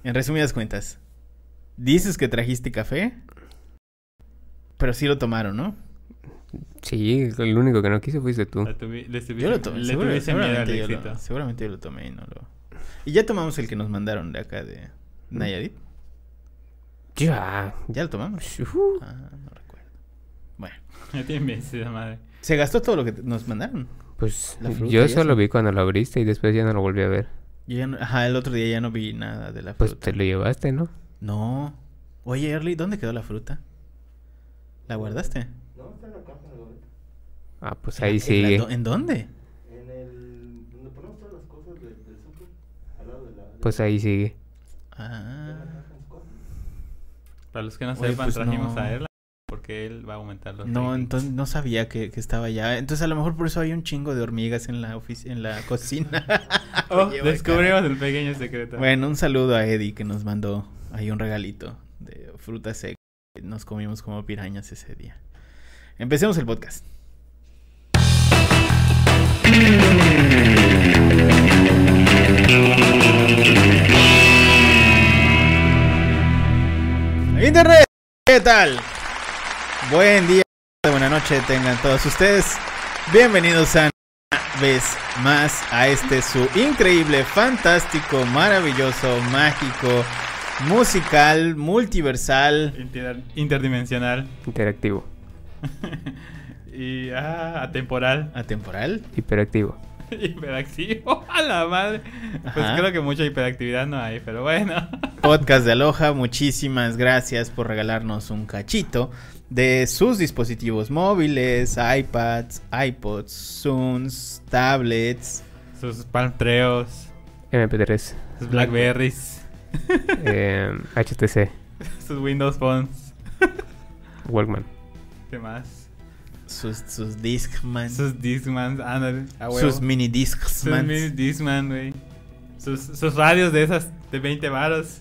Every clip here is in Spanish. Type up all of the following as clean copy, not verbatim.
En resumidas cuentas, dices que trajiste café, pero sí lo tomaron, ¿no? Sí, el único que no quiso fuiste tú. Yo lo tomé, seguramente yo lo tomé y no lo... Y ya tomamos el que nos mandaron de acá de Nayarit. Ya. ¿Ya lo tomamos? Uh-huh. No recuerdo. Bueno. Ya tiene esa madre. ¿Se gastó todo lo que nos mandaron? Pues fruta yo y solo eso. vi cuando lo abriste y después ya no lo volví a ver. Yo ya no, el otro día ya no vi nada de la Pues fruta. te lo llevaste, ¿no? No. Oye, Early, ¿dónde quedó la fruta? ¿La guardaste? No, está en la caja de la gaveta. Ah, pues ahí sigue. ¿En dónde? En el... donde ponemos todas las cosas del súper. Al lado de la... Pues ahí sigue. Para los que no Oye, sepan, pues trajimos no. a él porque él va a aumentar los No, ratings. entonces no sabía que estaba allá. Entonces a lo mejor por eso hay un chingo de hormigas en la cocina. Oh, Oye, descubrimos el pequeño secreto. Bueno, un saludo a Eddie que nos mandó ahí un regalito de fruta seca. Nos comimos como pirañas ese día. Empecemos el podcast. Internet, ¿qué tal? Buen día, buena noche tengan todos ustedes. Bienvenidos a una vez más a este su increíble, fantástico, maravilloso, mágico, musical, multiversal, Interdimensional. Interactivo. Y atemporal. atemporal. Hiperactivo. Hiperactivo. A la madre. Pues Ajá. creo que mucha hiperactividad no hay, pero bueno. Podcast de Aloha, muchísimas gracias por regalarnos un cachito de sus dispositivos móviles, iPads, iPods, Zooms, tablets, Sus Palm Treos, MP3. sus Blackberries, HTC. sus Windows Phones. Walkman. ¿Qué más? sus Discman, Sus Discmans, ándale, a huevo. sus mini Sus Discman. mini Discman, güey. Sus radios de esas de 20 varos.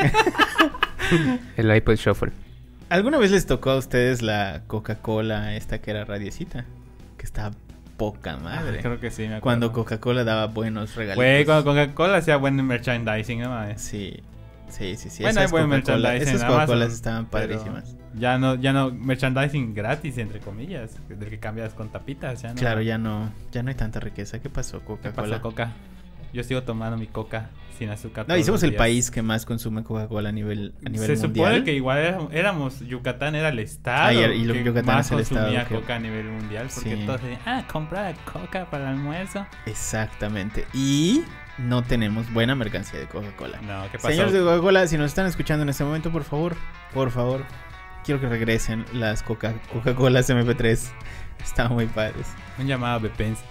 El iPod Shuffle. ¿Alguna vez les tocó a ustedes la Coca-Cola esta que era radiecita? Que estaba poca madre. Creo que sí, me acuerdo. Cuando Coca-Cola daba buenos regalitos. Güey, cuando Coca-Cola hacía buen merchandising, ¿no mames? Sí. Bueno, hay buen merchandising Esas en Coca-Colas Amazon, estaban pero padrísimas. Ya no, merchandising gratis, entre comillas, del que cambias con tapitas, ya no. Claro, ya no hay tanta riqueza. ¿Qué pasó, ¿Qué Coca-Cola? pasa, Coca? Yo sigo tomando mi Coca sin azúcar. No, y todos somos los el días. país que más consume Coca-Cola a nivel Se mundial. supone que igual éramos Yucatán era el estado y que Yucatán más es el estado consumía que- Coca a nivel mundial, porque Sí. todos decían, compra Coca para el almuerzo. Exactamente. Y no tenemos buena mercancía de Coca-Cola. No, ¿qué pasó? Señores de Coca-Cola, si nos están escuchando en este momento, por favor, quiero que regresen las Coca-Colas MP3. Están muy padres. Un llamado a Bepensa.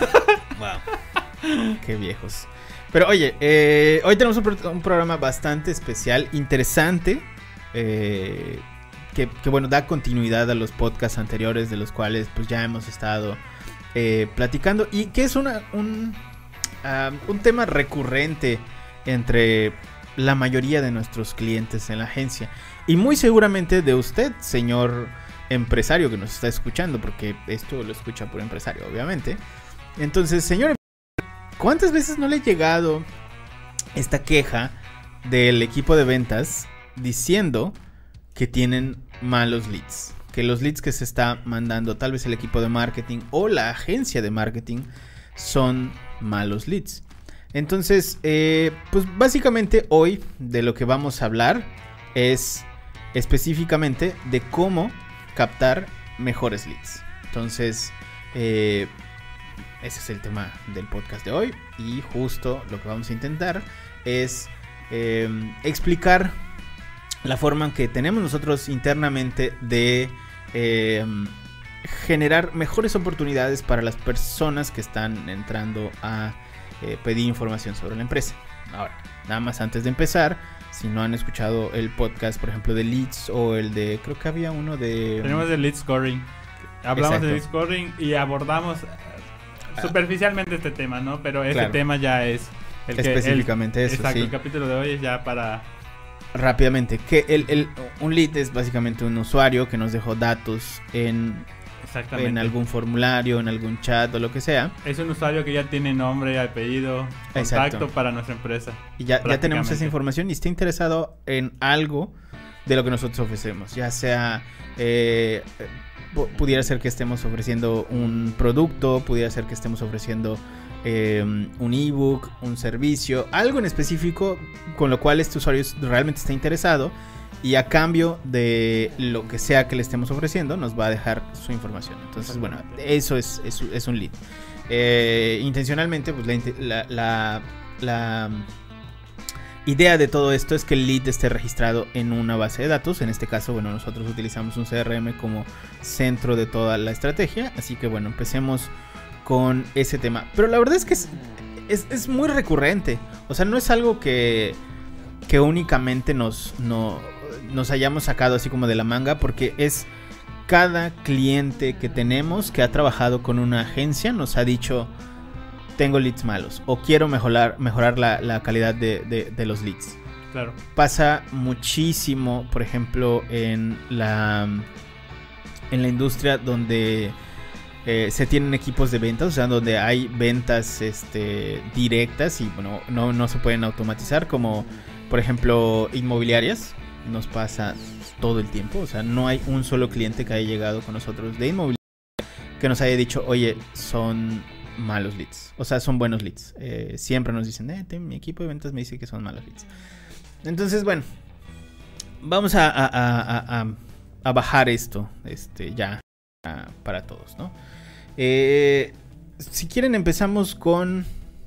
Wow. Qué viejos. Pero oye, hoy tenemos un programa bastante especial, interesante, que bueno, da continuidad a los podcasts anteriores de los cuales pues ya hemos estado platicando y que es un tema recurrente entre la mayoría de nuestros clientes en la agencia y muy seguramente de usted, señor empresario que nos está escuchando, porque esto lo escucha por empresario, obviamente. Entonces, señor, ¿cuántas veces no le ha llegado esta queja del equipo de ventas diciendo que tienen malos leads? Que los leads que se está mandando tal vez el equipo de marketing o la agencia de marketing son malos leads. Entonces, pues básicamente hoy de lo que vamos a hablar es específicamente de cómo captar mejores leads. Entonces, ese es el tema del podcast de hoy y justo lo que vamos a intentar es explicar la forma en que tenemos nosotros internamente de generar mejores oportunidades para las personas que están entrando a pedir información sobre la empresa. Ahora, nada más antes de empezar, si no han escuchado el podcast, por ejemplo, de Leads o el de, creo que había uno de... Tenemos el lead scoring. Hablamos Exacto. de lead scoring y abordamos superficialmente este tema, ¿no? Pero este Claro. tema ya es el Específicamente eso, exacto, sí. el capítulo de hoy es ya para... Rápidamente, que un lead es básicamente un usuario que nos dejó datos en Exactamente. en algún formulario, en algún chat o lo que sea. Es un usuario que ya tiene nombre, apellido, contacto Exacto. para nuestra empresa. Y ya tenemos esa Prácticamente. información y está interesado en algo de lo que nosotros ofrecemos. Ya sea, pudiera ser que estemos ofreciendo un producto, pudiera ser que estemos ofreciendo un ebook, un servicio, algo en específico con lo cual este usuario realmente está interesado. Y a cambio de lo que sea que le estemos ofreciendo, nos va a dejar su información. Entonces, bueno, eso es un lead. Intencionalmente, pues la idea de todo esto es que el lead esté registrado en una base de datos. En este caso, bueno, nosotros utilizamos un CRM como centro de toda la estrategia. Así que, bueno, empecemos con ese tema. Pero la verdad es que es muy recurrente. O sea, no es algo que únicamente nos hayamos sacado así como de la manga, porque es cada cliente que tenemos que ha trabajado con una agencia nos ha dicho: tengo leads malos o quiero mejorar la calidad de los leads. Claro. Pasa muchísimo, por ejemplo, en la industria donde se tienen equipos de ventas, o sea, donde hay ventas directas y bueno, no se pueden automatizar, como por ejemplo inmobiliarias. Nos pasa todo el tiempo, o sea, no hay un solo cliente que haya llegado con nosotros de inmobiliaria que nos haya dicho: oye, son malos leads, o sea, son buenos leads. Siempre nos dicen: mi equipo de ventas me dice que son malos leads. Entonces, bueno, vamos a bajar esto ya para todos, ¿no? Si quieren, empezamos con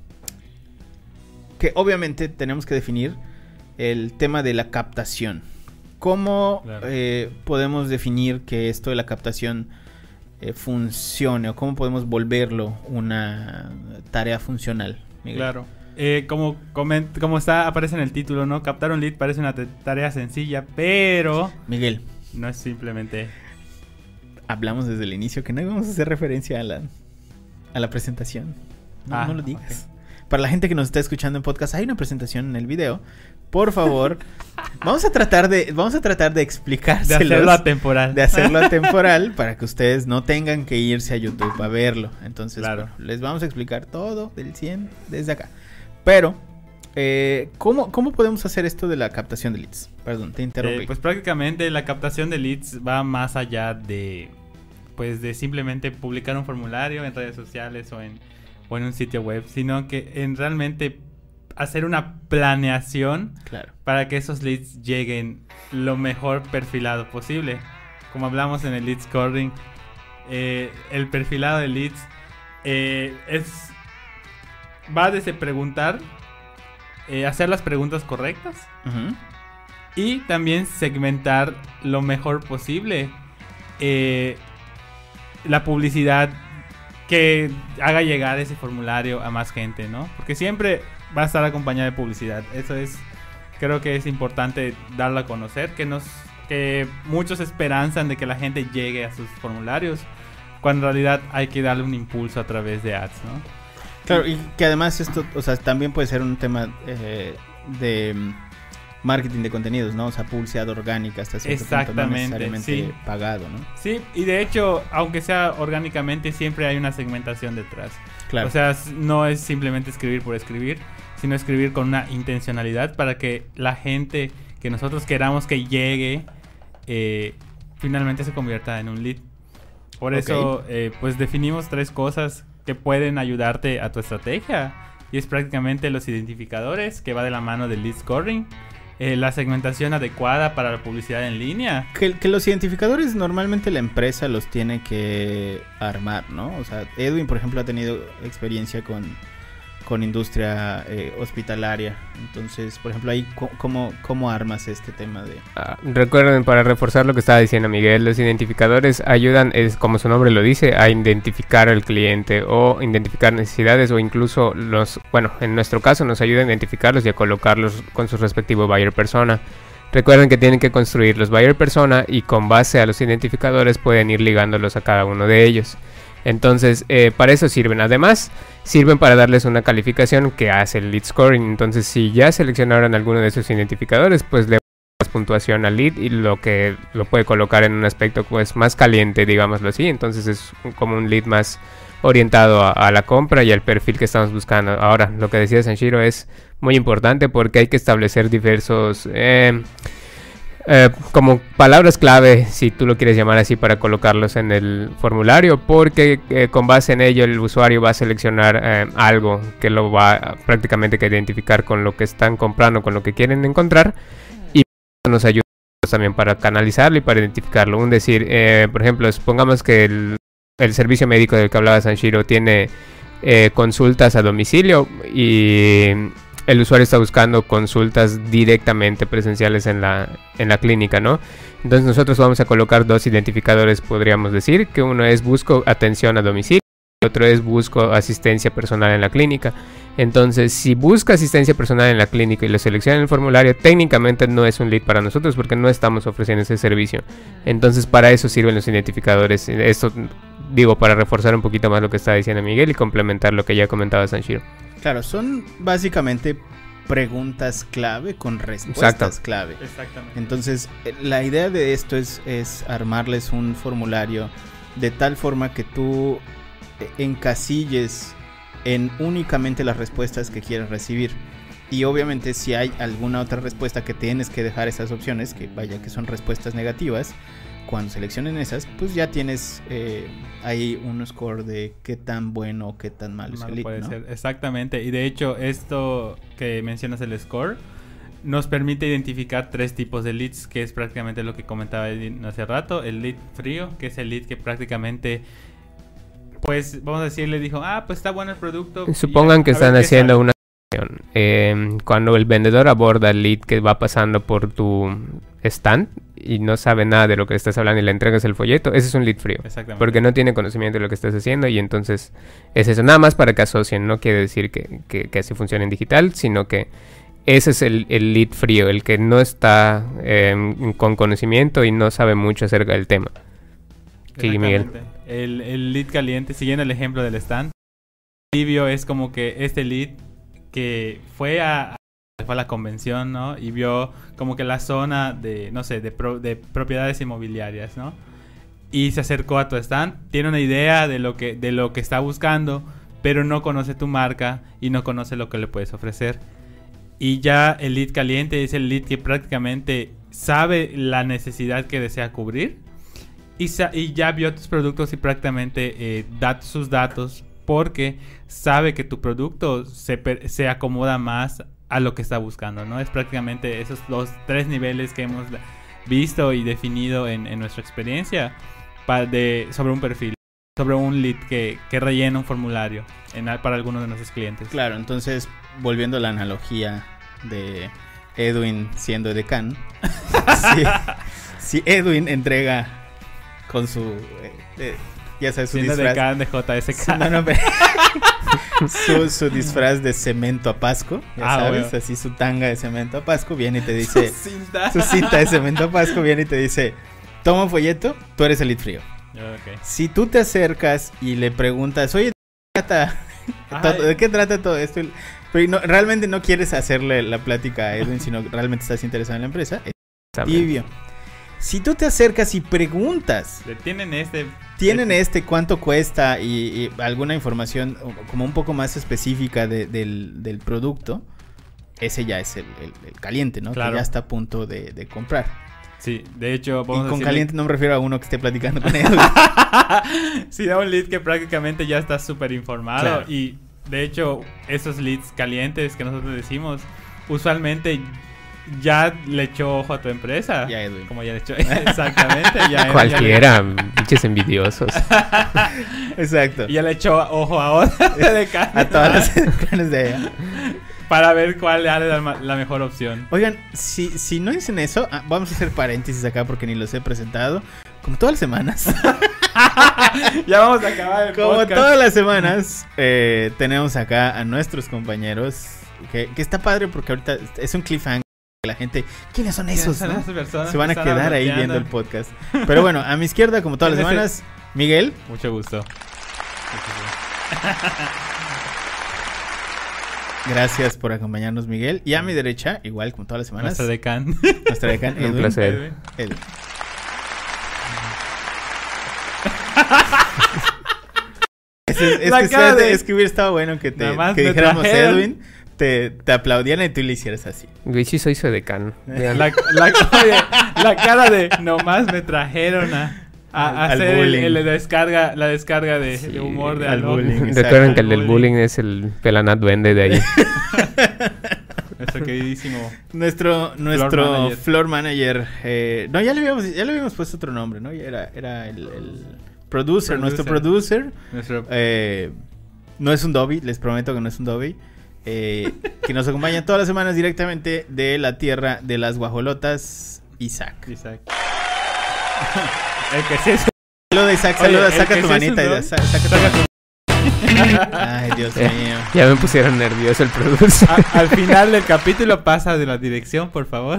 que obviamente tenemos que definir el tema de la captación. ¿Cómo podemos definir que esto de la captación funcione, o cómo podemos volverlo una tarea funcional, Miguel? Claro. Como aparece en el título, ¿no? Captar un lead parece una tarea sencilla, pero Miguel, no es simplemente. hablamos desde el inicio que no íbamos a hacer referencia a la presentación. No lo digas. Okay. Para la gente que nos está escuchando en podcast, hay una presentación en el video. Por favor, vamos a tratar de explicárselos. De hacerlo atemporal. De hacerlo atemporal para que ustedes no tengan que irse a YouTube a verlo. Entonces, claro, bueno, les vamos a explicar todo del 100 desde acá. Pero, ¿cómo podemos hacer esto de la captación de leads? Perdón, te interrumpí. Pues prácticamente la captación de leads va más allá de simplemente publicar un formulario en redes sociales o en un sitio web, sino que en realmente hacer una planeación, claro, para que esos leads lleguen lo mejor perfilado posible. Como hablamos en el lead scoring, el perfilado de leads va desde preguntar, hacer las preguntas correctas, uh-huh, y también segmentar lo mejor posible la publicidad que haga llegar ese formulario a más gente, ¿no? Porque siempre va a estar acompañada de publicidad. Eso creo que es importante darlo a conocer, que muchos esperanzan de que la gente llegue a sus formularios, cuando en realidad hay que darle un impulso a través de ads, ¿no? Claro, y que además esto, o sea, también puede ser un tema de marketing de contenidos, ¿no? O sea, publicidad orgánica hasta cierto punto, no necesariamente sí, pagado, ¿no? Sí, y de hecho, aunque sea orgánicamente, siempre hay una segmentación detrás. Claro. O sea, no es simplemente escribir por escribir, sino escribir con una intencionalidad para que la gente que nosotros queramos que llegue finalmente se convierta en un lead. Por eso, pues definimos 3 cosas que pueden ayudarte a tu estrategia. Y es prácticamente los identificadores, que va de la mano del lead scoring. La segmentación adecuada para la publicidad en línea. Que los identificadores normalmente la empresa los tiene que armar, ¿no? O sea, Edwin, por ejemplo, ha tenido experiencia con industria hospitalaria. Entonces, por ejemplo, ahí, ¿cómo armas este tema de...? Recuerden, para reforzar lo que estaba diciendo Miguel, los identificadores ayudan, como su nombre lo dice, a identificar al cliente o identificar necesidades, o incluso en nuestro caso nos ayuda a identificarlos y a colocarlos con su respectivo buyer persona. Recuerden que tienen que construir los buyer persona y con base a los identificadores pueden ir ligándolos a cada uno de ellos. Entonces, para eso sirven. Además, sirven para darles una calificación que hace el lead scoring. Entonces, si ya seleccionaron alguno de esos identificadores, pues le puntuación al lead y lo puede colocar en un aspecto pues más caliente, digámoslo así. Entonces es como un lead más orientado a la compra y al perfil que estamos buscando. Ahora, lo que decía Sanshiro es muy importante porque hay que establecer diversos como palabras clave, si tú lo quieres llamar así, para colocarlos en el formulario, porque con base en ello el usuario va a seleccionar algo que lo va prácticamente que identificar con lo que están comprando, con lo que quieren encontrar, y nos ayuda también para canalizarlo y para identificarlo. Un decir, por ejemplo, supongamos que el servicio médico del que hablaba Sanshiro tiene consultas a domicilio y el usuario está buscando consultas directamente presenciales en la clínica, ¿no? Entonces nosotros vamos a colocar dos identificadores, podríamos decir, que uno es busco atención a domicilio y otro es busco asistencia personal en la clínica. Entonces, si busca asistencia personal en la clínica y lo selecciona en el formulario, técnicamente no es un lead para nosotros porque no estamos ofreciendo ese servicio. Entonces, para eso sirven los identificadores. Esto digo para reforzar un poquito más lo que está diciendo Miguel y complementar lo que ya comentaba Sanshiro. Claro, son básicamente preguntas clave con respuestas clave. Exactamente. Entonces, la idea de esto es armarles un formulario de tal forma que tú encasilles en únicamente las respuestas que quieres recibir. Y obviamente si hay alguna otra respuesta que tienes que dejar esas opciones, que vaya que son respuestas negativas, cuando seleccionen esas, pues ya tienes ahí un score de qué tan bueno o qué tan malo es el lead, puede ¿no? ser. Exactamente. Y de hecho, esto que mencionas, el score, nos permite identificar 3 tipos de leads, que es prácticamente lo que comentaba Edwin hace rato. El lead frío, que es el lead que prácticamente, pues, vamos a decir, le dijo, pues está bueno el producto. Supongan que están haciendo una cuando el vendedor aborda el lead que va pasando por tu stand y no sabe nada de lo que estás hablando y le entregas el folleto, ese es un lead frío. Exactamente. Porque no tiene conocimiento de lo que estás haciendo y entonces es eso. Nada más para que asocien, no quiere decir que así funcione en digital, sino que ese es el lead frío, el que no está con conocimiento y no sabe mucho acerca del tema. Sí, Miguel. El lead caliente, siguiendo el ejemplo del stand, tibio es como que este lead que fue a la convención, ¿no? Y vio como que la zona de, no sé, de propiedades inmobiliarias, ¿no? Y se acercó a tu stand, tiene una idea de lo que está buscando, pero no conoce tu marca y no conoce lo que le puedes ofrecer. Y ya el lead caliente es el lead que prácticamente sabe la necesidad que desea cubrir y ya vio tus productos y prácticamente da sus datos, porque sabe que tu producto se acomoda más a lo que está buscando, ¿no? Es prácticamente esos los 3 niveles que hemos visto y definido en nuestra experiencia sobre un perfil, sobre un lead que rellena un formulario para algunos de nuestros clientes. Claro, entonces, volviendo a la analogía de Edwin siendo edecán, si Edwin entrega con su... ya sabes, su siendo disfraz de JSK. No, pero su disfraz de cemento a Pasco, ya sabes, obvio. Así su tanga de cemento a Pasco, viene y te dice... Su cinta de cemento a Pasco, viene y te dice, toma un folleto, tú eres el lead frío. Okay. Si tú te acercas y le preguntas, oye, ¿de qué trata todo esto? Pero realmente no quieres hacerle la plática a Edwin, sino realmente estás interesado en la empresa, es tibio. Si tú te acercas y preguntas, tienen cuánto cuesta y alguna información como un poco más específica del producto, ese ya es el caliente, ¿no? Claro. Que ya está a punto de comprar. Sí, de hecho, y con caliente no me refiero a uno que esté platicando con él. Sí, da un lead que prácticamente ya está súper informado. Claro. Y de hecho, esos leads calientes que nosotros decimos, usualmente ya le echó ojo a tu empresa. Ya, Edwin. Como ya le echó. Exactamente. Cualquiera, pinches envidiosos. Exacto. Y ya le echó ojo a otra de carne. A todas las carnes de ella. Para ver cuál era la mejor opción. Oigan, si no dicen eso, vamos a hacer paréntesis acá porque ni los he presentado. Como todas las semanas. Ya vamos a acabar el Como podcast. Todas las semanas tenemos acá a nuestros compañeros. Que está padre porque ahorita es un cliffhanger. La gente, ¿quiénes son esos? ¿No? Esas personas se van a quedar ahí viendo el podcast. Pero bueno, a mi izquierda, como todas las semanas, Miguel. Mucho gusto. Gracias por acompañarnos, Miguel. Y a mi derecha, igual como todas las semanas, Nuestro decán. nuestra decán, Un Edwin. placer. Edwin. Es que hubiera estado bueno que Nada más que me dijéramos trajeron. Edwin, te aplaudieran y tú le hicieras así. Güey, sí soy su decano. Vean. Oye, la cara de nomás me trajeron a Al hacer bullying. la descarga de Sí, humor de al Alok. bullying. Recuerden que el del Bullying. bullying es el pelanat duende de ahí. Nuestro queridísimo. Nuestro manager. floor manager. No, ya le habíamos puesto otro nombre, ¿no? Ya era el producer, nuestro producer. Nuestro No es un Dobby, les prometo que no es un Dobby. Que nos acompaña todas las semanas directamente de la tierra de las guajolotas, Isaac. Isaac. El que sí es. Saluda, Isaac, Oye, saluda, el saca que tu sí es manita. un Dobby. Saca tu manita. Ay, Dios mío. Ya me pusieron nervioso el producer. Al final del capítulo pasa de la dirección, por favor.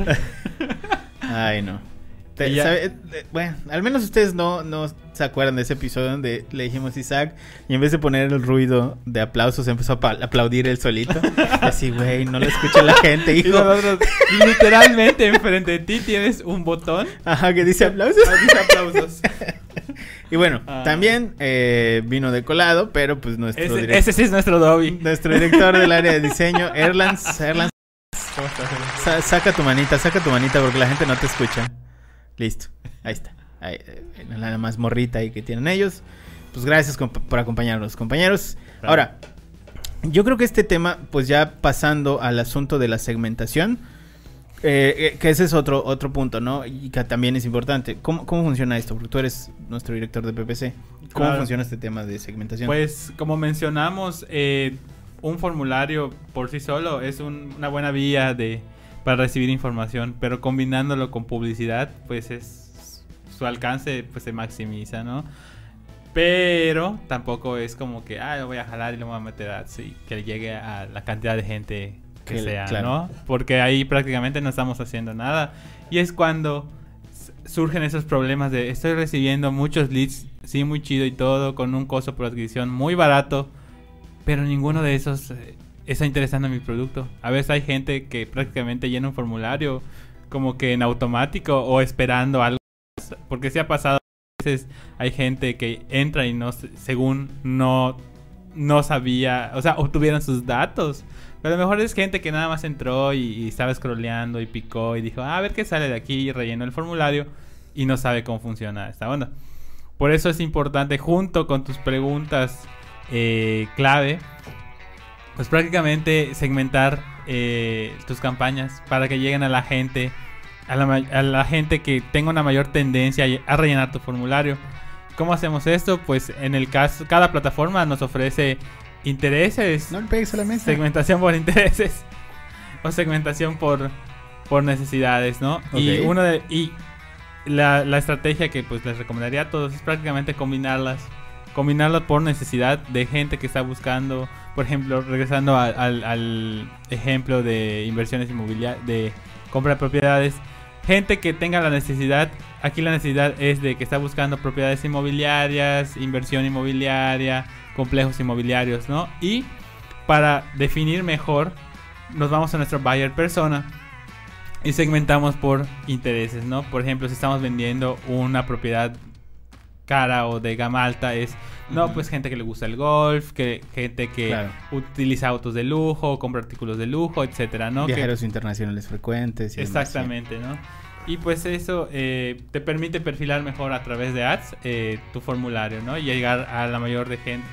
Ay, no. Y ya- Bueno, al menos ustedes no se acuerdan de ese episodio donde le dijimos Isaac y en vez de poner el ruido de aplausos empezó a aplaudir él solito. Así, güey, no lo escucha la gente, Y hijo. nosotros, literalmente, enfrente de ti tienes un botón. Ajá, que dice aplausos. Dice aplausos. Y bueno, Ah. también vino de colado, pero pues Ese sí es nuestro Dobby. nuestro director del área de diseño, Erlans, ¿Cómo estás? saca tu manita porque la gente no te escucha. Listo, ahí está. Ahí, nada más morrita ahí que tienen ellos. Pues gracias por acompañarnos, compañeros. Claro. Ahora, yo creo que este tema, pues ya pasando al asunto de la segmentación, que ese es otro punto, ¿no? Y que también es importante. ¿Cómo funciona esto? Porque tú eres nuestro director de PPC. ¿Cómo Claro. funciona este tema de segmentación? Pues, como mencionamos, un formulario por sí solo es una buena vía para recibir información, pero combinándolo con publicidad, pues su alcance pues se maximiza, ¿no? Pero tampoco es como que, lo voy a jalar y lo voy a meter así, que llegue a la cantidad de gente que sea, claro. ¿no? Porque ahí prácticamente no estamos haciendo nada. Y es cuando surgen esos problemas de estoy recibiendo muchos leads, sí, muy chido y todo, con un costo por adquisición muy barato, pero ninguno de esos está interesando en mi producto. A veces hay gente que prácticamente llena un formulario como que en automático o esperando algo más, porque sí ha pasado. A veces hay gente que entra y según no sabía, o sea, obtuvieron sus datos. Pero a lo mejor es gente que nada más entró y estaba scrolleando y picó y dijo, a ver qué sale de aquí, y rellenó el formulario y no sabe cómo funciona esta onda. Por eso es importante, junto con tus preguntas clave, pues prácticamente segmentar tus campañas para que lleguen a la gente, a la gente que tenga una mayor tendencia a rellenar tu formulario. ¿Cómo hacemos esto? Pues en el caso, cada plataforma nos ofrece intereses, No le pegues a la mesa. segmentación por intereses o segmentación por necesidades, ¿no? Ok. Y la estrategia que pues les recomendaría a todos es prácticamente combinarlas por necesidad de gente que está buscando, por ejemplo, regresando al ejemplo de inversiones inmobiliarias, de compra de propiedades, gente que tenga la necesidad. Aquí la necesidad es de que está buscando propiedades inmobiliarias, inversión inmobiliaria, complejos inmobiliarios, ¿no? Y para definir mejor, nos vamos a nuestro buyer persona y segmentamos por intereses, ¿no? Por ejemplo, si estamos vendiendo una propiedad cara o de gama alta, pues gente que le gusta el golf, gente que Claro. utiliza autos de lujo, compra artículos de lujo, etcétera, ¿no? Viajeros internacionales frecuentes. Y demás, Exactamente, ¿no? Y pues eso te permite perfilar mejor a través de ads tu formulario, ¿no? Y llegar a la mayor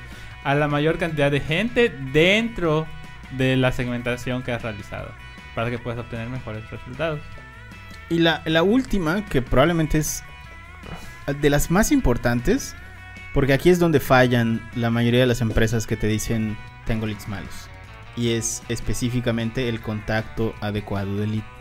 cantidad de gente dentro de la segmentación que has realizado, para que puedas obtener mejores resultados. sí. Y la última, que probablemente es de las más importantes, porque aquí es donde fallan la mayoría de las empresas que te dicen tengo leads malos. Y es específicamente el contacto adecuado del lead.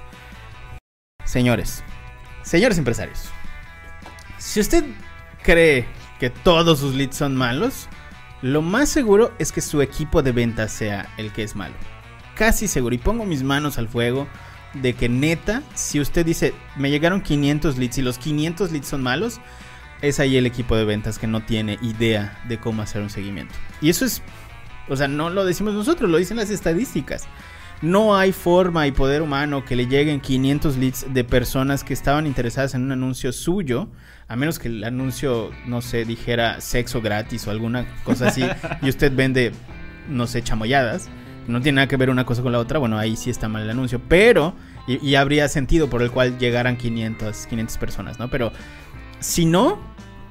Señores empresarios, si usted cree que todos sus leads son malos, lo más seguro es que su equipo de ventas sea el que es malo. Casi seguro, y pongo mis manos al fuego de que neta, si usted dice me llegaron 500 leads y los 500 leads son malos, es ahí el equipo de ventas que no tiene idea de cómo hacer un seguimiento. Y eso es O sea, no lo decimos nosotros, lo dicen las estadísticas. No hay forma y poder humano que le lleguen 500 leads de personas que estaban interesadas en un anuncio suyo, a menos que el anuncio, no sé, dijera sexo gratis o alguna cosa así, y usted vende, no sé, chamoyadas. No tiene nada que ver una cosa con la otra. Bueno, ahí sí está mal el anuncio, pero... Y habría sentido por el cual llegaran 500 personas, ¿no? Pero si no...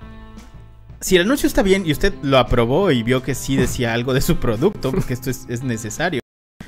Si el anuncio está bien y usted lo aprobó y vio que sí decía algo de su producto, porque esto es necesario,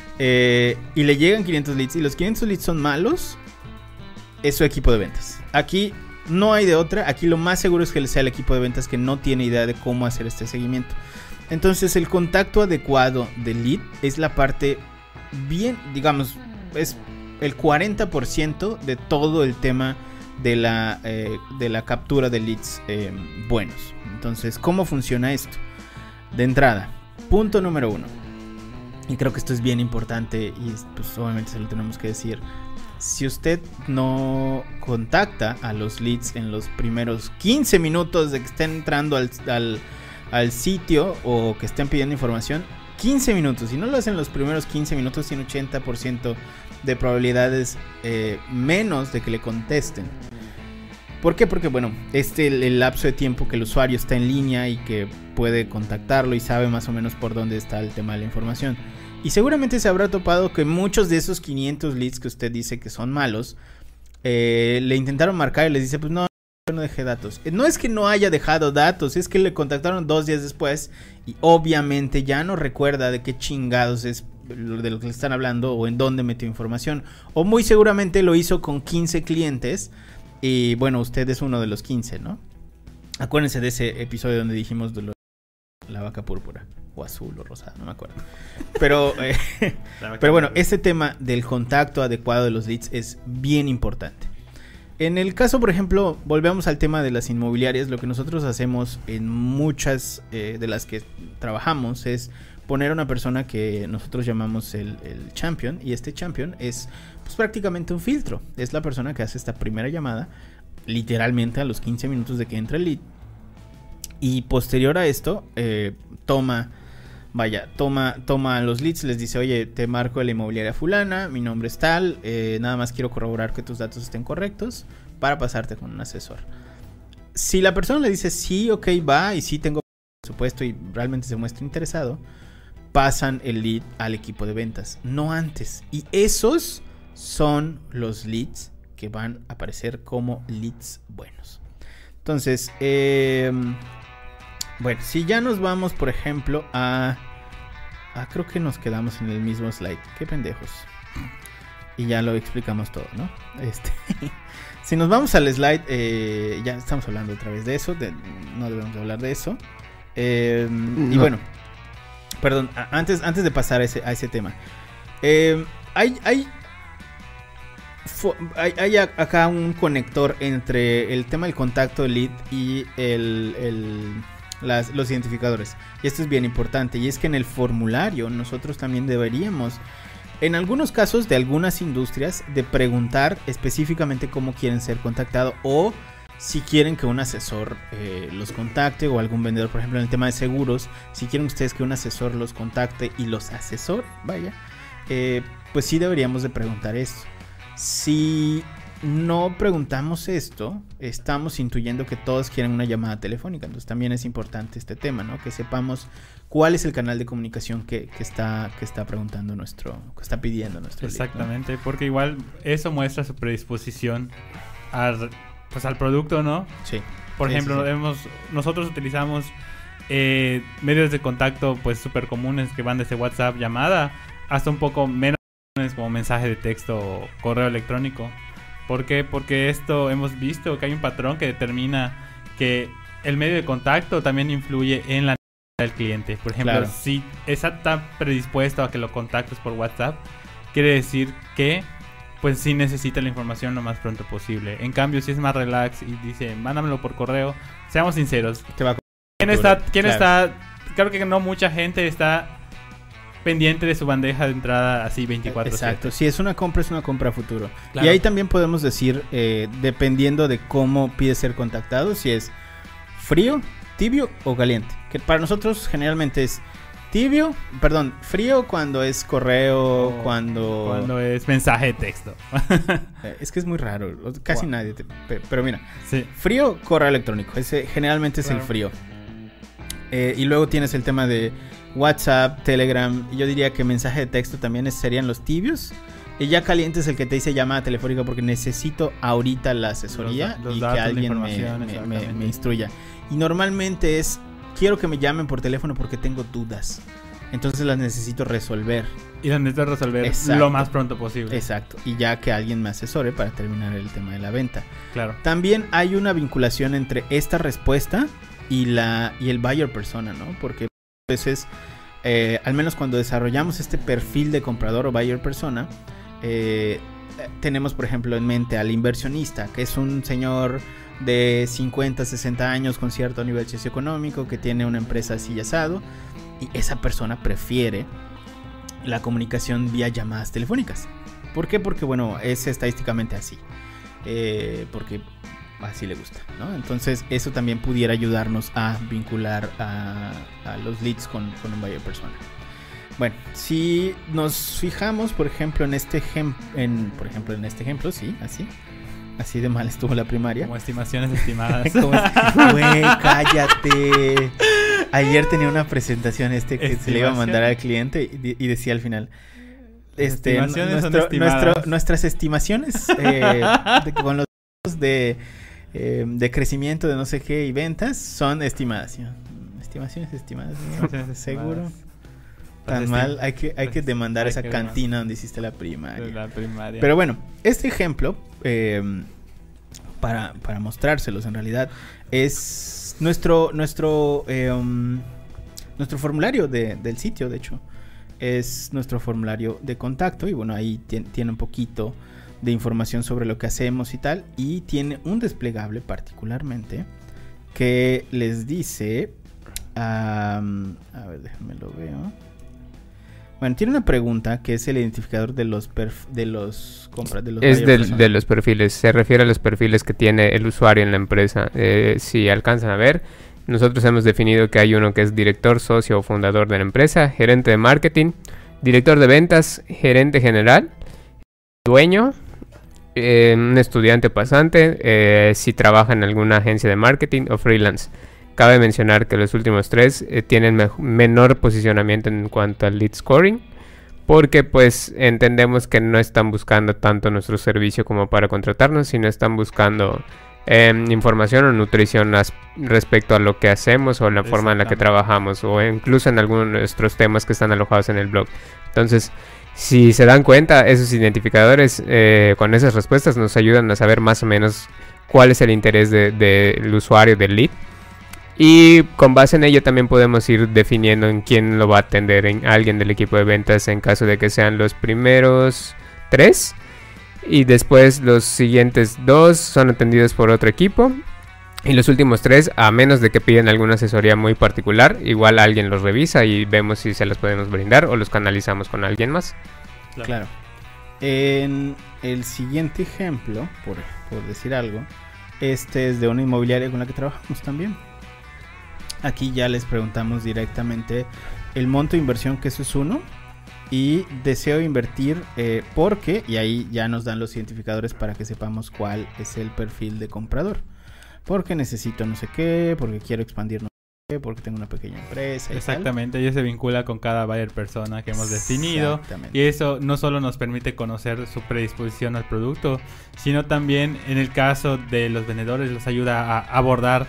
y le llegan 500 leads y los 500 leads son malos, es su equipo de ventas. Aquí no hay de otra. Aquí lo más seguro es que sea el equipo de ventas que no tiene idea de cómo hacer este seguimiento. Entonces el contacto adecuado del lead es la parte bien, digamos, es el 40% de todo el tema de la captura de leads buenos. Entonces, ¿cómo funciona esto? De entrada, punto número 1. Y creo que esto es bien importante y pues obviamente se lo tenemos que decir. Si usted no contacta a los leads en los primeros 15 minutos de que estén entrando al sitio o que estén pidiendo información, 15 minutos. Si no lo hacen los primeros 15 minutos, tiene 80% de probabilidades menos de que le contesten. ¿Por qué? Porque bueno, el lapso de tiempo que el usuario está en línea y que puede contactarlo y sabe más o menos por dónde está el tema de la información. Y seguramente se habrá topado que muchos de esos 500 leads que usted dice que son malos, le intentaron marcar y les dice, pues no dejé datos. No es que no haya dejado datos, es que le contactaron 2 días después y obviamente ya no recuerda de qué chingados es de lo que le están hablando o en dónde metió información. O muy seguramente lo hizo con 15 clientes y bueno, usted es uno de los 15, ¿no? Acuérdense de ese episodio donde dijimos de la vaca púrpura o azul o rosada, no me acuerdo. Pero bueno, este tema del contacto adecuado de los leads es bien importante. En el caso, por ejemplo, volvemos al tema de las inmobiliarias. Lo que nosotros hacemos en muchas de las que trabajamos es poner a una persona que nosotros llamamos el champion. Y este champion es pues, prácticamente un filtro. Es la persona que hace esta primera llamada, literalmente a los 15 minutos de que entra el lead. Y posterior a esto, toma los leads, les dice, oye, te marco de la inmobiliaria fulana, mi nombre es tal, nada más quiero corroborar que tus datos estén correctos para pasarte con un asesor. Si la persona le dice sí, ok, va, y sí tengo presupuesto y realmente se muestra interesado, pasan el lead al equipo de ventas, no antes. Y esos son los leads que van a aparecer como leads buenos. Entonces, bueno, si ya nos vamos, por ejemplo, creo que nos quedamos en el mismo slide. Qué pendejos. Y ya lo explicamos todo, ¿no? Si nos vamos al slide, ya estamos hablando otra vez de eso. No debemos hablar de eso. No. Y bueno, perdón, antes de pasar a ese tema. Hay acá un conector entre el tema del contacto lead y los identificadores. Y esto es bien importante. Y es que en el formulario nosotros también deberíamos, en algunos casos de algunas industrias, de preguntar específicamente cómo quieren ser contactados o si quieren que un asesor los contacte o algún vendedor. Por ejemplo, en el tema de seguros, si quieren ustedes que un asesor los contacte y los asesore, pues sí deberíamos de preguntar esto. Si no preguntamos esto, estamos intuyendo que todos quieren una llamada telefónica. Entonces también es importante este tema, ¿no? Que sepamos cuál es el canal de comunicación que está preguntando que está pidiendo nuestro exactamente, lead, ¿no? Porque igual eso muestra su predisposición al producto, ¿no? Sí. Por ejemplo, sí. Nosotros utilizamos medios de contacto pues súper comunes que van desde WhatsApp, llamada, hasta un poco menos como mensaje de texto o correo electrónico. ¿Por qué? Porque esto hemos visto que hay un patrón que determina que el medio de contacto también influye en la necesidad del cliente. Por ejemplo, claro, si está predispuesto a que lo contactes por WhatsApp, quiere decir que pues sí necesita la información lo más pronto posible. En cambio, si es más relax y dice, mándamelo por correo, seamos sinceros. ¿Quién está? Creo que no mucha gente está pendiente de su bandeja de entrada así 24/7. Exacto, si es una compra a futuro. Claro. Y ahí también podemos decir, dependiendo de cómo pide ser contactado, si es frío, tibio o caliente. Que para nosotros generalmente es Frío cuando es correo, cuando es mensaje de texto. Es que es muy raro, casi nadie pero mira, sí. Frío, correo electrónico, ese generalmente es el frío. Y luego tienes el tema de WhatsApp, Telegram, y yo diría que mensaje de texto también serían los tibios. Y ya caliente es el que te dice llamada telefónica porque necesito ahorita la asesoría los y datos, que alguien me instruya. Y normalmente quiero que me llamen por teléfono porque tengo dudas. Entonces las necesito resolver. Y las necesito resolver Exacto. Lo más pronto posible. Exacto. Y ya que alguien me asesore para terminar el tema de la venta. Claro. También hay una vinculación entre esta respuesta y el buyer persona, ¿no? Porque a veces, al menos cuando desarrollamos este perfil de comprador o buyer persona, tenemos por ejemplo en mente al inversionista, que es un señor de 50, 60 años con cierto nivel socioeconómico, que tiene una empresa así y asado, y esa persona prefiere la comunicación vía llamadas telefónicas. ¿Por qué? Porque bueno, es estadísticamente así, porque así le gusta, ¿no? Entonces eso también pudiera ayudarnos a vincular a los leads con un buyer persona. Bueno, si nos fijamos, por ejemplo, en este ejemplo, sí, así de mal estuvo la primaria. Como estimaciones estimadas. Güey, cállate. Ayer tenía una presentación que se le iba a mandar al cliente y decía al final, nuestras estimaciones con los de crecimiento de no sé qué y ventas son estimadas. Estimaciones estimadas, ¿no? ¿Seguro? Tan mal, hay que demandar esa cantina donde hiciste la primaria. Pero bueno, este ejemplo, para mostrárselos en realidad, es nuestro formulario del sitio, de hecho. Es nuestro formulario de contacto y bueno, ahí tiene un poquito de información sobre lo que hacemos y tal. Y tiene un desplegable particularmente que les dice... a ver, déjenme lo veo. Bueno, tiene una pregunta que es el identificador de los compras de los es de los perfiles, se refiere a los perfiles que tiene el usuario en la empresa. Si alcanzan a ver, nosotros hemos definido que hay uno que es director, socio o fundador de la empresa, gerente de marketing, director de ventas, gerente general, dueño, un estudiante pasante, si trabaja en alguna agencia de marketing o freelance. Cabe mencionar que los últimos tres tienen menor posicionamiento en cuanto al lead scoring, porque pues entendemos que no están buscando tanto nuestro servicio como para contratarnos, sino están buscando información o nutrición respecto a lo que hacemos o la forma en la que trabajamos, o incluso en algunos de nuestros temas que están alojados en el blog. Entonces, si se dan cuenta, esos identificadores con esas respuestas nos ayudan a saber más o menos cuál es el interés del usuario del lead. Y con base en ello también podemos ir definiendo en quién lo va a atender, en alguien del equipo de ventas en caso de que sean los primeros 3. Y después los siguientes 2 son atendidos por otro equipo. Y los últimos 3, a menos de que piden alguna asesoría muy particular, igual alguien los revisa y vemos si se los podemos brindar o los canalizamos con alguien más. Claro. En el siguiente ejemplo, por decir algo, este es de una inmobiliaria con la que trabajamos también. Aquí ya les preguntamos directamente el monto de inversión, que eso es 1, y deseo invertir porque, y ahí ya nos dan los identificadores para que sepamos cuál es el perfil de comprador. Porque necesito no sé qué, porque quiero expandir no sé qué, porque tengo una pequeña empresa. Exactamente, y se vincula con cada buyer persona que hemos definido. Y eso no solo nos permite conocer su predisposición al producto, sino también en el caso de los vendedores les ayuda a abordar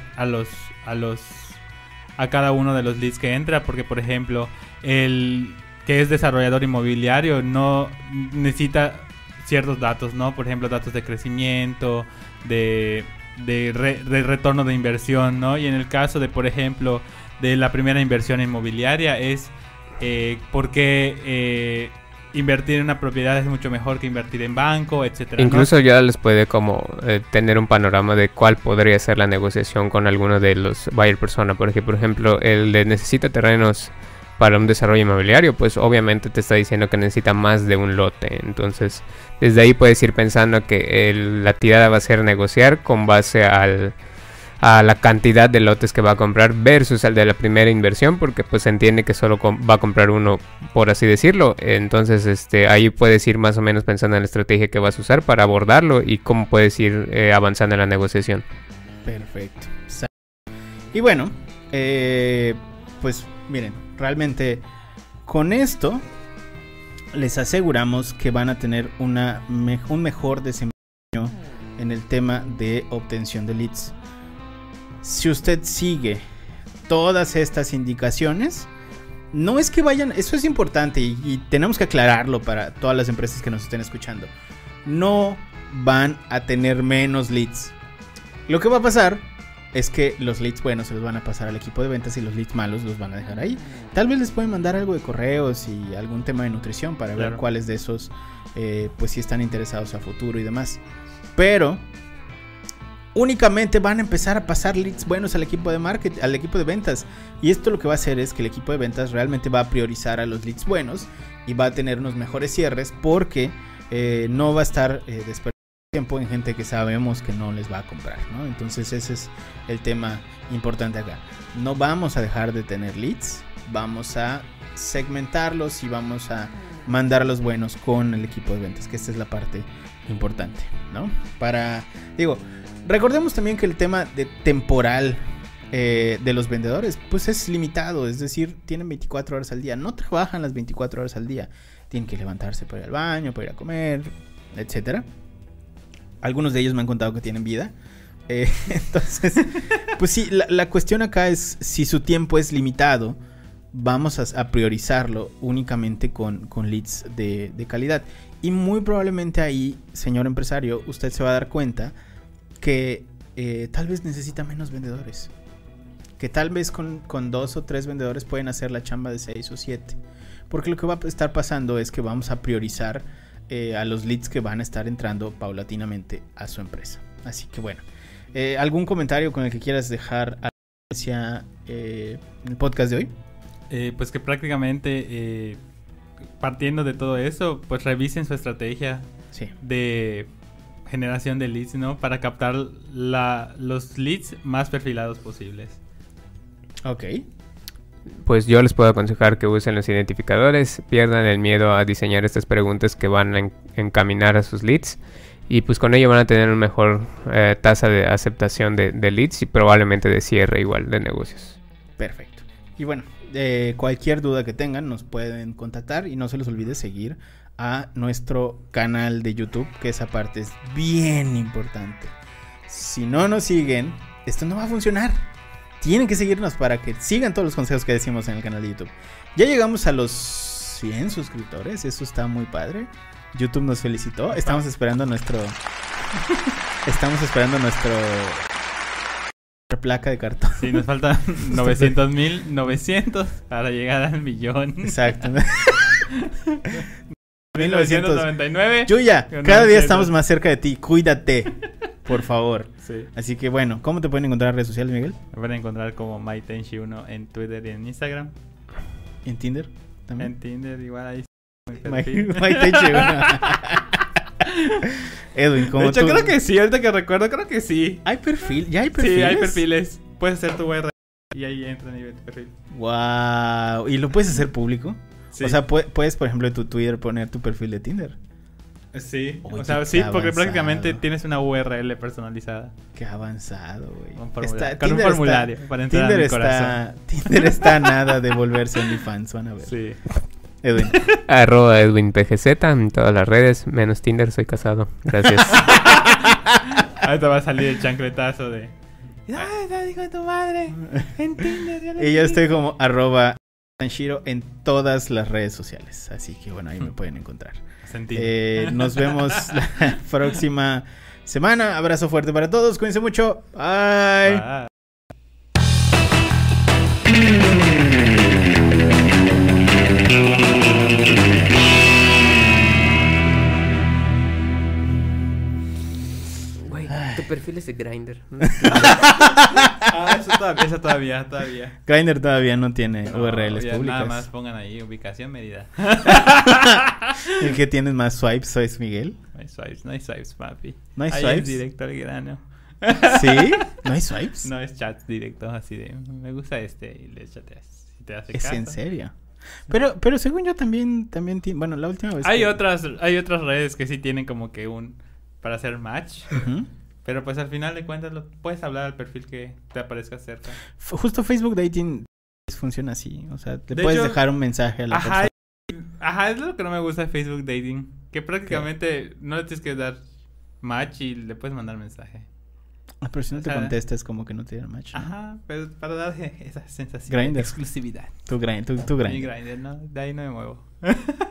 a cada uno de los leads que entra, porque por ejemplo el que es desarrollador inmobiliario no necesita ciertos datos, ¿no? Por ejemplo, datos de crecimiento, de retorno de inversión, ¿no? Y en el caso de, por ejemplo, de la primera inversión inmobiliaria es por qué invertir en una propiedad es mucho mejor que invertir en banco, etcétera. Incluso ¿no? ya les puede como tener un panorama de cuál podría ser la negociación con alguno de los buyer persona, porque por ejemplo el de necesita terrenos para un desarrollo inmobiliario, pues obviamente te está diciendo que necesita más de un lote. Entonces desde ahí puedes ir pensando que la tirada va a ser negociar con base a la cantidad de lotes que va a comprar versus el de la primera inversión, porque pues se entiende que solo va a comprar uno, por así decirlo. Entonces ahí puedes ir más o menos pensando en la estrategia que vas a usar para abordarlo y cómo puedes ir avanzando en la negociación. Perfecto. Y bueno, pues miren, realmente con esto les aseguramos que van a tener un mejor desempeño en el tema de obtención de leads. Si usted sigue todas estas indicaciones, no es que vayan, eso es importante y tenemos que aclararlo para todas las empresas que nos estén escuchando. No van a tener menos leads. Lo que va a pasar es que los leads buenos se los van a pasar al equipo de ventas y los leads malos los van a dejar ahí. Tal vez les pueden mandar algo de correos y algún tema de nutrición para ver cuáles de esos pues sí están interesados a futuro y demás. Pero únicamente van a empezar a pasar leads buenos al equipo de marketing, al equipo de ventas. Y esto lo que va a hacer es que el equipo de ventas realmente va a priorizar a los leads buenos y va a tener unos mejores cierres porque no va a estar desperdiciando tiempo en gente que sabemos que no les va a comprar, ¿no? Entonces ese es el tema importante acá. No vamos a dejar de tener leads, vamos a segmentarlos y vamos a mandar a los buenos con el equipo de ventas, que esta es la parte importante, ¿no? Recordemos también que el tema de temporal de los vendedores pues es limitado, es decir, tienen 24 horas al día, no trabajan las 24 horas al día, tienen que levantarse para ir al baño, para ir a comer, etcétera. Algunos de ellos me han contado que tienen vida. Entonces, pues sí, la cuestión acá es si su tiempo es limitado, vamos a priorizarlo únicamente con leads de calidad. Y muy probablemente ahí, señor empresario, usted se va a dar cuenta que tal vez necesita menos vendedores. Que tal vez con 2 o 3 vendedores pueden hacer la chamba de 6 o 7. Porque lo que va a estar pasando es que vamos a priorizar a los leads que van a estar entrando paulatinamente a su empresa. Así que bueno, ¿algún comentario con el que quieras dejar hacia el podcast de hoy? Pues que prácticamente partiendo de todo eso, pues revisen su estrategia de generación de leads, ¿no? Para captar los leads más perfilados posibles. Ok. Pues yo les puedo aconsejar que usen los identificadores, pierdan el miedo a diseñar estas preguntas que van a encaminar a sus leads y pues con ello van a tener una mejor tasa de aceptación de leads y probablemente de cierre igual de negocios. Perfecto. Y bueno, cualquier duda que tengan nos pueden contactar y no se les olvide seguir a nuestro canal de YouTube, que esa parte es bien importante. Si no nos siguen, esto no va a funcionar. Tienen que seguirnos para que sigan todos los consejos que decimos en el canal de YouTube. Ya llegamos a los 100 suscriptores. Eso está muy padre. YouTube nos felicitó. Estamos esperando nuestra placa de cartón. Sí, nos faltan 900,900 para llegar al millón. Exacto. 1999. Yuya, cada día estamos más cerca de ti. Cuídate, por favor. Sí. Así que bueno, ¿cómo te pueden encontrar en redes sociales, Miguel? Me pueden encontrar como MyTenshi1 en Twitter y en Instagram. ¿En Tinder también? En Tinder igual ahí. MyTenshi1. Edwin, ¿cómo de hecho, tú? creo que sí, ahorita que recuerdo, creo que sí. ¿Hay perfil? ¿Ya hay perfiles? Sí, hay perfiles. Puedes hacer tu URL y ahí entran y ven tu perfil. Wow. ¿Y lo puedes hacer público? Sí. O sea, puedes, por ejemplo, en tu Twitter poner tu perfil de Tinder. Sí, Oye, o sea, sí, porque prácticamente tienes una URL personalizada. Qué avanzado, güey. Con un formulario para entrar Tinder a mi corazón. Tinder está a nada de volverse OnlyFans, van a ver. Sí. Edwin. @EdwinPGZ en todas las redes, menos Tinder, soy casado. Gracias. Ahorita va a salir el chancletazo de... ¡Ay, hijo de tu madre! En Tinder. Y yo estoy como @Tanshiro en todas las redes sociales. Así que bueno, ahí me pueden encontrar. Nos vemos la próxima semana. Abrazo fuerte para todos. Cuídense mucho. Bye. Bye. Güey, tu perfil es de Grindr. Eso todavía. Grindr todavía no tiene URLs ya públicas. Nada más pongan ahí ubicación medida. El que tiene más swipes es Miguel. No hay swipes, papi. No hay ahí swipes. es directo al grano. ¿Sí? ¿No hay swipes? No es chat directo, así de, me gusta y le chateas. Si te hace ¿Es caso. en serio? Pero según yo también bueno, la última vez Hay otras redes que sí tienen como que para hacer match. Ujú. Pero pues al final de cuentas puedes hablar al perfil que te aparezca cerca. Justo Facebook Dating funciona así. O sea, te De puedes hecho, dejar un mensaje a la persona. Ajá, es lo que no me gusta de Facebook Dating. Que prácticamente no le tienes que dar match y le puedes mandar mensaje. Pero si no o te sea, contestas, como que no te dieron match, ¿no? Ajá, pero para dar esa sensación Grindr. de exclusividad. Tu Mi Grindr. Grindr, ¿no? De ahí no me muevo.